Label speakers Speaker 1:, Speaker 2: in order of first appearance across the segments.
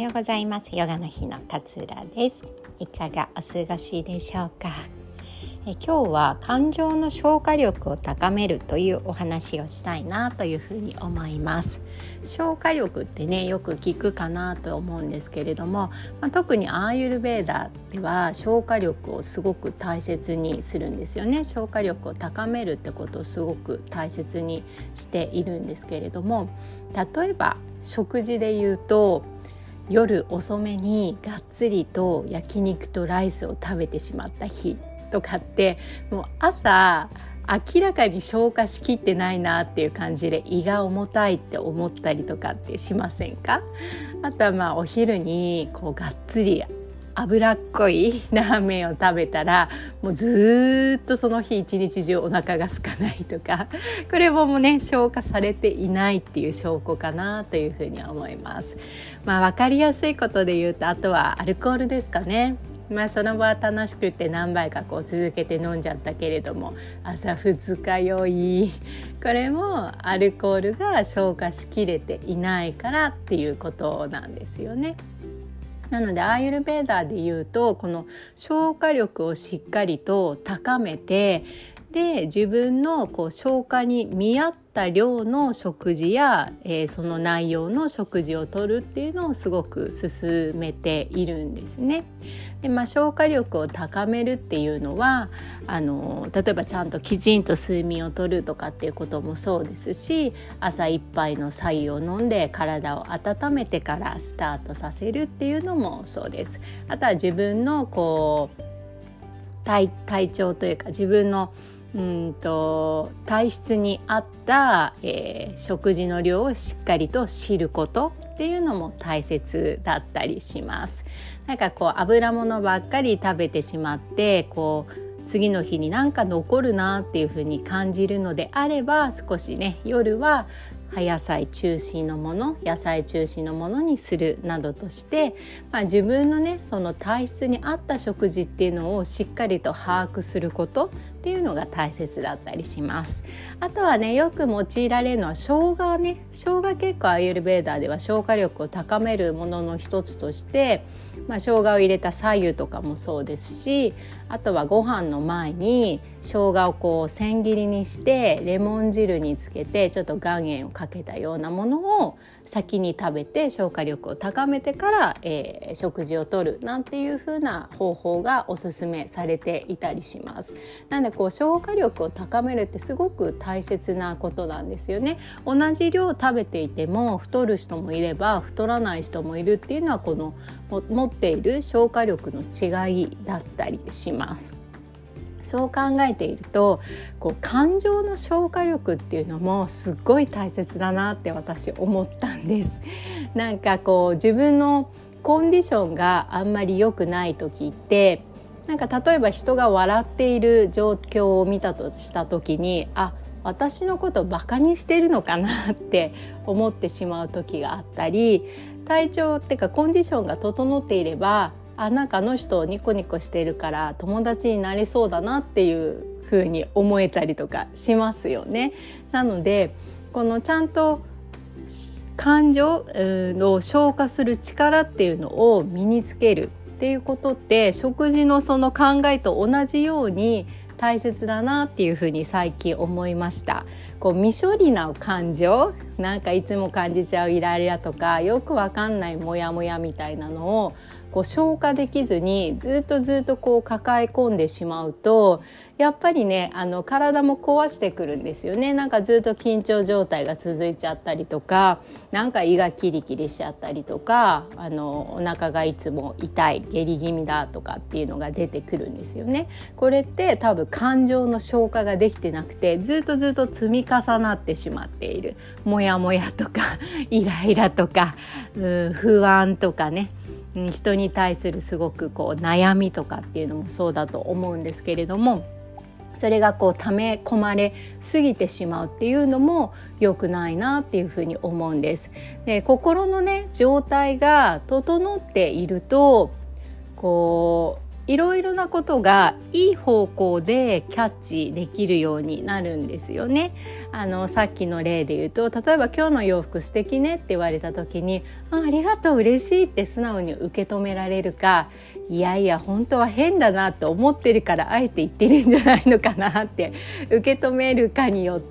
Speaker 1: ようございます。ヨガの日の勝浦です。いかがお過ごしでしょうか。今日は感情の消化力を高めるというお話をしたいなというふうに思います。消化力ってね、よく聞くかなと思うんですけれども、特にアーユルヴェーダでは消化力をすごく大切にするんですよね。消化力を高めるってことをすごく大切にしているんですけれども、例えば食事で言うと、夜遅めにがっつりと焼肉とライスを食べてしまった日とかって、もう朝明らかに消化しきってないなっていう感じで胃が重たいって思ったりとかってしませんか？あとはお昼にがっつり脂っこいラーメンを食べたら、もうずっとその日一日中お腹が空かないとか、これもね消化されていないっていう証拠かなというふうに思います。分かりやすいことで言うと、あとはアルコールですかね。その場は楽しくて何杯か続けて飲んじゃったけれども、朝二日酔い、これもアルコールが消化しきれていないからっていうことなんですよね。なのでアーユルヴェーダで言うと、この消化力をしっかりと高めて、で自分の消化に見合った量の食事や、その内容の食事をとるっていうのをすごく勧めているんですね。で、消化力を高めるっていうのは例えばちゃんときちんと睡眠をとるとかっていうこともそうですし、朝一杯の白湯を飲んで体を温めてからスタートさせるっていうのもそうです。あとは自分の体調というか、自分の体質に合った、食事の量をしっかりと知ることっていうのも大切だったりします。油物ばっかり食べてしまって、次の日に残るなっていうふうに感じるのであれば、少しね夜は野菜中心のものにするなどとして、自分のねその体質に合った食事っていうのをしっかりと把握することっていうのが大切だったりします。あとはね、よく用いられるのは生姜ね。生姜結構アーユルヴェーダでは消化力を高めるものの一つとして、生姜を入れた白湯とかもそうですし、あとはご飯の前に生姜を千切りにしてレモン汁につけてちょっと岩塩をかけたようなものを先に食べて消化力を高めてから、食事をとるなんていう風な方法がおすすめされていたりします。なので消化力を高めるってすごく大切なことなんですよね。同じ量食べていても太る人もいれば太らない人もいるっていうのは、この持っている消化力の違いだったりします。そう考えていると、感情の消化力っていうのもすっごい大切だなって私思ったんです。自分のコンディションがあんまり良くない時って、例えば人が笑っている状況を見たとした時に、私のことをバカにしてるのかなって思ってしまう時があったり、体調ってかコンディションが整っていれば、あの人ニコニコしてるから友達になりそうだなっていう風に思えたりとかしますよね。なのでちゃんと感情を消化する力っていうのを身につけるっていうことって、食事のその考えと同じように大切だなっていうふうに最近思いました。未処理な感情、いつも感じちゃうイライラとか、よくわかんないモヤモヤみたいなのを消化できずにずっと抱え込んでしまうと、やっぱりね体も壊してくるんですよね。ずっと緊張状態が続いちゃったりとか、胃がキリキリしちゃったりとか、お腹がいつも痛い、下痢気味だとかっていうのが出てくるんですよね。これって多分感情の消化ができてなくて、ずっと積み重なってしまっているモヤモヤとかイライラとか不安とかね、人に対するすごく悩みとかっていうのもそうだと思うんですけれども、それが溜め込まれすぎてしまうっていうのも良くないなっていうふうに思うんです。で、心のね状態が整っているといろいろなことがいい方向でキャッチできるようになるんですよね。さっきの例で言うと、例えば今日の洋服素敵ねって言われた時に、ありがとう嬉しいって素直に受け止められるか、いやいや本当は変だなって思ってるからあえて言ってるんじゃないのかなって受け止めるかによって、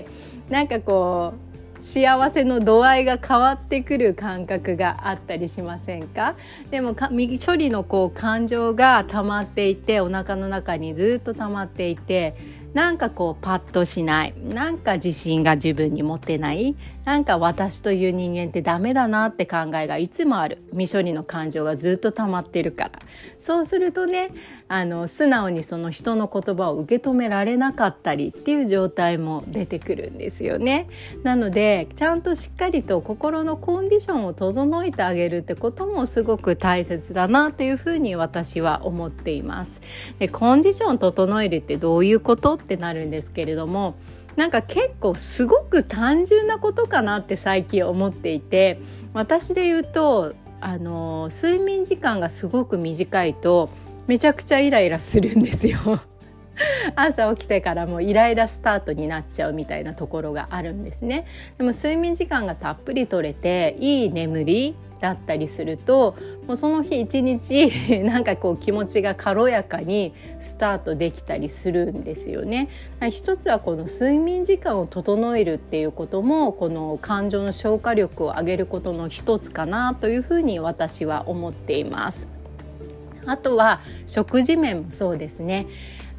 Speaker 1: なんかこう幸せの度合いが変わってくる感覚があったりしませんか？でも処理の感情が溜まっていて、お腹の中にずっと溜まっていて、なんかパッとしない、なんか自信が自分に持てない、なんか私という人間ってダメだなって考えがいつもある、未処理の感情がずっと溜まってるから。そうするとね、素直にその人の言葉を受け止められなかったりっていう状態も出てくるんですよね。なのでちゃんとしっかりと心のコンディションを整えてあげるってこともすごく大切だなというふうに私は思っています。で、コンディション整えるってどういうことってなるんですけれども、なんか結構すごく単純なことかなって最近思っていて、私で言うと睡眠時間がすごく短いとめちゃくちゃイライラするんですよ朝起きてからもうイライラスタートになっちゃうみたいなところがあるんですね。でも睡眠時間がたっぷり取れていい眠りだったりすると、もうその日一日なんか気持ちが軽やかにスタートできたりするんですよね。一つはこの睡眠時間を整えるっていうことも、この感情の消化力を上げることの一つかなというふうに私は思っています。あとは食事面もそうですね。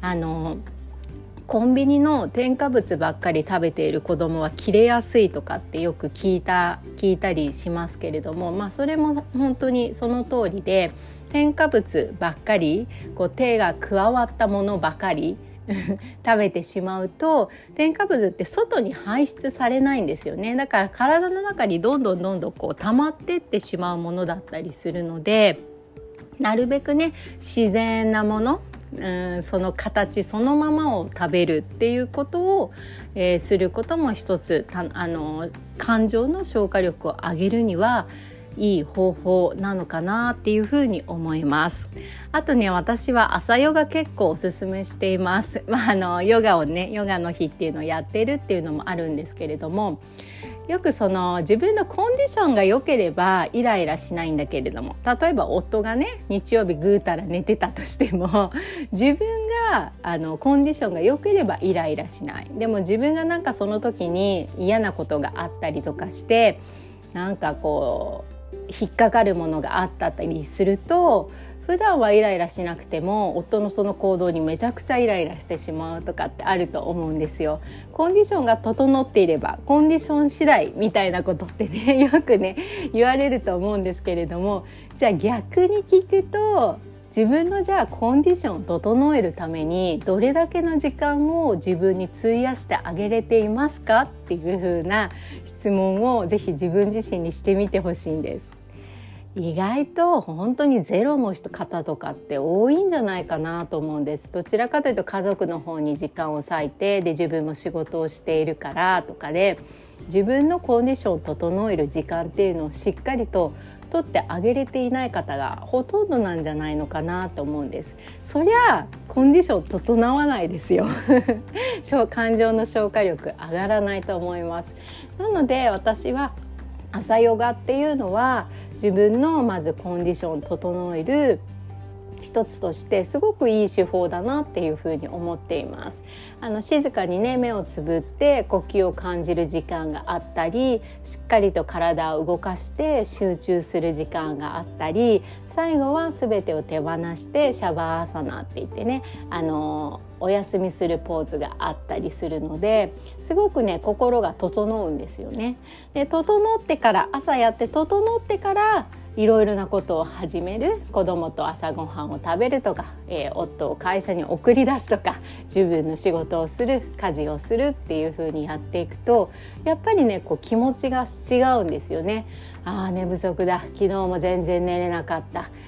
Speaker 1: コンビニの添加物ばっかり食べている子どもは切れやすいとかってよく聞いたりしますけれども、それも本当にその通りで、添加物ばっかり手が加わったものばかり食べてしまうと、添加物って外に排出されないんですよね。だから体の中にどんどん溜まってってしまうものだったりするので、なるべくね自然なもの、その形そのままを食べるっていうことを、することも一つ感情の消化力を上げるにはいい方法なのかなっていうふうに思います。あとね、私は朝ヨガ結構おすすめしています。ヨガの日っていうのをやってるっていうのもあるんですけれども、よく自分のコンディションが良ければイライラしないんだけれども、例えば夫がね日曜日ぐうたら寝てたとしても自分がコンディションが良ければイライラしない。でも自分がなんかその時に嫌なことがあったりとかして、なんか引っかかるものがあったりすると、普段はイライラしなくても夫のその行動にめちゃくちゃイライラしてしまうとかってあると思うんですよ。コンディションが整っていればコンディション次第みたいなことってねよくね言われると思うんですけれども、じゃあ逆に聞くと、自分のコンディションを整えるためにどれだけの時間を自分に費やしてあげれていますかっていう風な質問をぜひ自分自身にしてみてほしいんです。意外と本当にゼロの方とかって多いんじゃないかなと思うんです。どちらかというと家族の方に時間を割いて、で自分も仕事をしているからとかで、自分のコンディションを整える時間っていうのをしっかりと取ってあげれていない方がほとんどなんじゃないのかなと思うんです。そりゃコンディション整わないですよ感情の消化力上がらないと思います。なので私は朝ヨガっていうのは自分のまずコンディションを整える一つとしてすごくいい手法だなっていうふうに思っています。静かにね目をつぶって呼吸を感じる時間があったり、しっかりと体を動かして集中する時間があったり、最後は全てを手放してシャバーサナって言ってねお休みするポーズがあったりするので、すごくね心が整うんですよね。で整ってから、朝やって整ってからいろいろなことを始める。子供と朝ごはんを食べるとか、夫を会社に送り出すとか、自分の仕事をする、家事をするっていう風にやっていくと、やっぱりね気持ちが違うんですよね。寝不足だ、昨日も全然寝れなかった、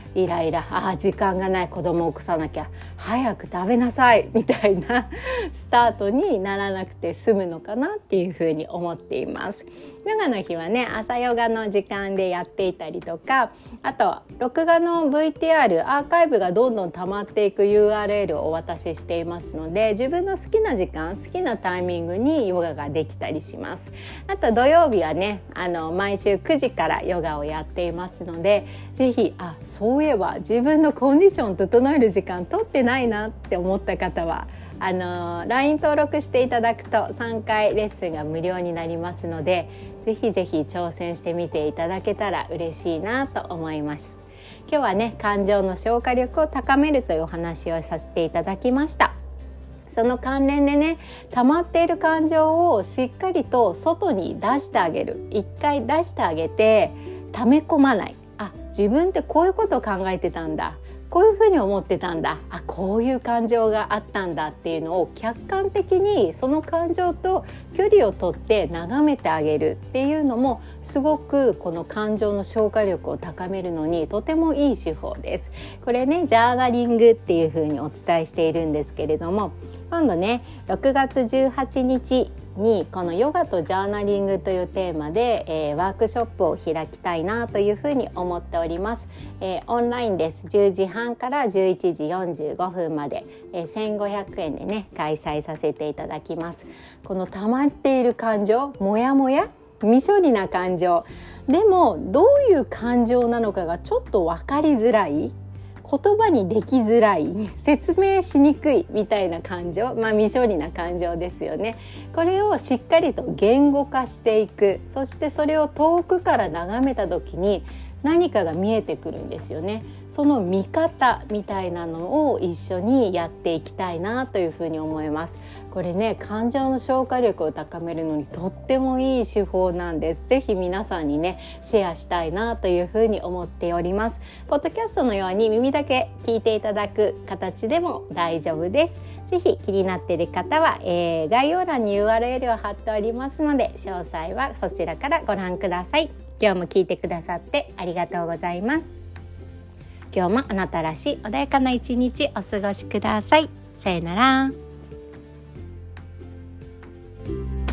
Speaker 1: イライラ、時間がない、子供を起こさなきゃ、早く食べなさいみたいなスタートにならなくて済むのかなっていうふうに思っています。ヨガの日はね、朝ヨガの時間でやっていたりとか、あと録画の VTR アーカイブがどんどん溜まっていく URL をお渡ししていますので、自分の好きな時間、好きなタイミングにヨガができたりします。あと土曜日はね、毎週9時からヨガをやっていますので、ぜひそういえば自分のコンディション整える時間取ってないなって思った方はLINE 登録していただくと3回レッスンが無料になりますので、ぜひぜひ挑戦してみていただけたら嬉しいなと思います。今日はね、感情の消化力を高めるというお話をさせていただきました。その関連でね、溜まっている感情をしっかりと外に出してあげる。一回出してあげて溜め込まない。自分ってこういうことを考えてたんだ、こういうふうに思ってたんだ、こういう感情があったんだっていうのを客観的にその感情と距離をとって眺めてあげるっていうのも、すごくこの感情の消化力を高めるのにとてもいい手法です。これね、ジャーナリングっていうふうにお伝えしているんですけれども、今度ね6月18日にこのヨガとジャーナリングというテーマで、ワークショップを開きたいなというふうに思っております。オンラインです。10時半から11時45分まで、1500円でね開催させていただきます。この溜まっている感情、モヤモヤ、未処理な感情でもどういう感情なのかがちょっと分かりづらい、言葉にできづらい、説明しにくいみたいな感情、未処理な感情ですよね。これをしっかりと言語化していく。そしてそれを遠くから眺めた時に何かが見えてくるんですよね。その見方みたいなのを一緒にやっていきたいなというふうに思います。これね、感情の消化力を高めるのにとってもいい手法なんです。ぜひ皆さんにねシェアしたいなというふうに思っております。ポッドキャストのように耳だけ聞いていただく形でも大丈夫です。ぜひ気になっている方は、概要欄に URL を貼っておりますので、詳細はそちらからご覧ください。今日も聞いてくださってありがとうございます。今日もあなたらしい穏やかな一日お過ごしください。さよなら。